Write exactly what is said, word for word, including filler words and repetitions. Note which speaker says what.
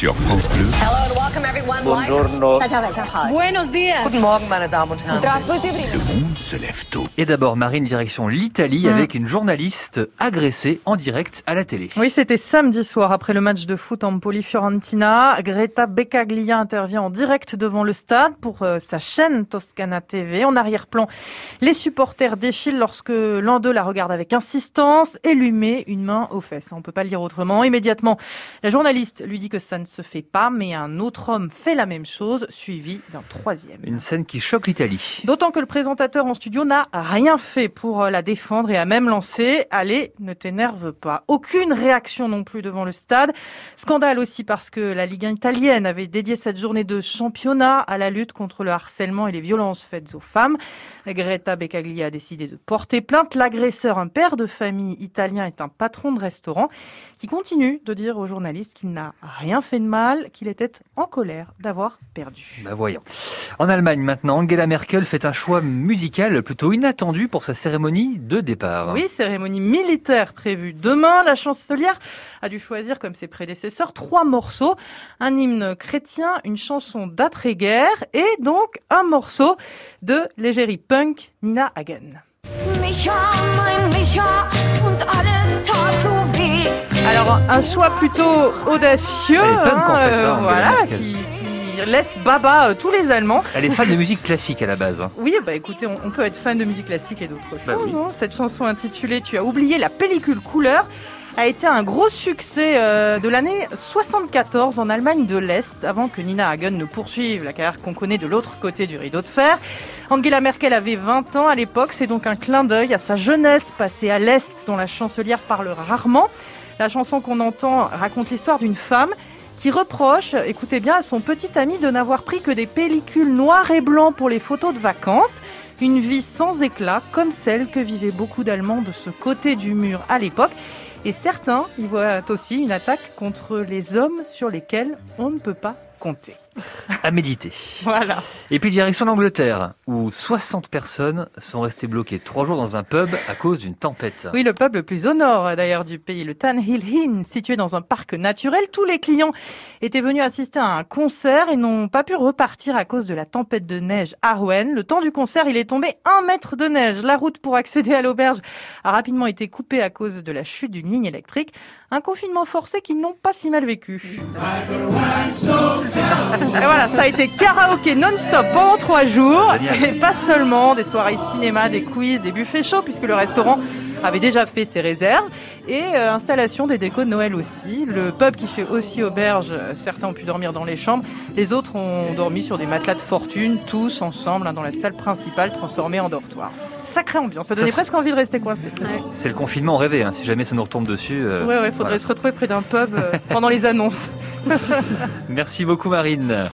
Speaker 1: sur France Bleu.
Speaker 2: Hello and welcome everyone.
Speaker 3: Buongiorno.
Speaker 2: Buenos dias. Guten Morgen, meine Damen und Herren. Здравствуйте.
Speaker 1: Le monde se lève tôt.
Speaker 4: Et d'abord, Marine, direction l'Italie, mmh. avec une journaliste agressée en direct à la télé.
Speaker 5: Oui, c'était samedi soir, après le match de foot Empoli-Fiorentina. Greta Beccaglia intervient en direct devant le stade pour euh, sa chaîne Toscana T V. En arrière-plan, les supporters défilent lorsque l'un d'eux la regarde avec insistance et lui met une main aux fesses. On ne peut pas le dire autrement. Immédiatement, la journaliste lui dit que ça ne se fait pas, mais un autre homme fait la même chose, suivi d'un troisième.
Speaker 4: Une scène qui choque l'Italie.
Speaker 5: D'autant que le présentateur en studio n'a rien fait pour la défendre et a même lancé « Allez, ne t'énerve pas ». Aucune réaction non plus devant le stade. Scandale aussi parce que la Ligue un italienne avait dédié cette journée de championnat à la lutte contre le harcèlement et les violences faites aux femmes. Greta Beccaglia a décidé de porter plainte. L'agresseur, un père de famille italien, est un patron de restaurant qui continue de dire aux journalistes qu'il n'a rien fait de mal, qu'il était en colère d'avoir perdu.
Speaker 4: Bah voyons. En Allemagne maintenant, Angela Merkel fait un choix musical plutôt inattendu pour sa cérémonie de départ.
Speaker 5: Oui, cérémonie militaire prévue demain. La chancelière a dû choisir, comme ses prédécesseurs, trois morceaux. Un hymne chrétien, une chanson d'après-guerre et donc un morceau de l'égérie punk Nina Hagen. Alors, un choix plutôt audacieux.
Speaker 4: Elle est punk
Speaker 5: hein,
Speaker 4: en fait,
Speaker 5: euh,
Speaker 4: hein,
Speaker 5: voilà, qui, qui laisse baba euh, tous les Allemands.
Speaker 4: Elle est fan de musique classique à la base. Hein.
Speaker 5: Oui, bah écoutez, on, on peut être fan de musique classique et d'autres
Speaker 4: bah
Speaker 5: choses.
Speaker 4: Oui.
Speaker 5: Hein. Cette chanson intitulée « Tu as oublié la pellicule couleur » a été un gros succès euh, de l'année soixante-quatorze en Allemagne de l'Est, avant que Nina Hagen ne poursuive la carrière qu'on connaît de l'autre côté du rideau de fer. Angela Merkel avait vingt ans à l'époque, c'est donc un clin d'œil à sa jeunesse passée à l'Est, dont la chancelière parle rarement. La chanson qu'on entend raconte l'histoire d'une femme qui reproche, écoutez bien, à son petit ami de n'avoir pris que des pellicules noires et blancs pour les photos de vacances. Une vie sans éclat, comme celle que vivaient beaucoup d'Allemands de ce côté du mur à l'époque. Et certains y voient aussi une attaque contre les hommes sur lesquels on ne peut pas compter.
Speaker 4: À méditer.
Speaker 5: Voilà.
Speaker 4: Et puis direction l'Angleterre, où soixante personnes sont restées bloquées trois jours dans un pub à cause d'une tempête.
Speaker 5: Oui, le pub le plus au nord d'ailleurs du pays, le Tannhill Inn, situé dans un parc naturel. Tous les clients étaient venus assister à un concert et n'ont pas pu repartir à cause de la tempête de neige à Rouen. Le temps du concert, il est tombé un mètre de neige. La route pour accéder à l'auberge a rapidement été coupée à cause de la chute d'une ligne électrique. Un confinement forcé qu'ils n'ont pas si mal vécu. Et voilà, ça a été karaoké non-stop pendant trois jours.
Speaker 4: Génial.
Speaker 5: Et pas seulement, des soirées cinéma, des quiz, des buffets chauds, puisque le restaurant avait déjà fait ses réserves. Et euh, installation des décos de Noël aussi. Le pub qui fait aussi auberge, certains ont pu dormir dans les chambres. Les autres ont dormi sur des matelas de fortune, tous ensemble, hein, dans la salle principale transformée en dortoir. Sacrée ambiance, ça donnait ça, presque envie de rester coincé. Ouais.
Speaker 4: C'est le confinement rêvé, hein. Si jamais ça nous retombe dessus. Euh,
Speaker 5: ouais, ouais, faudrait voilà. se retrouver près d'un pub euh, pendant les annonces.
Speaker 4: Merci beaucoup Marine.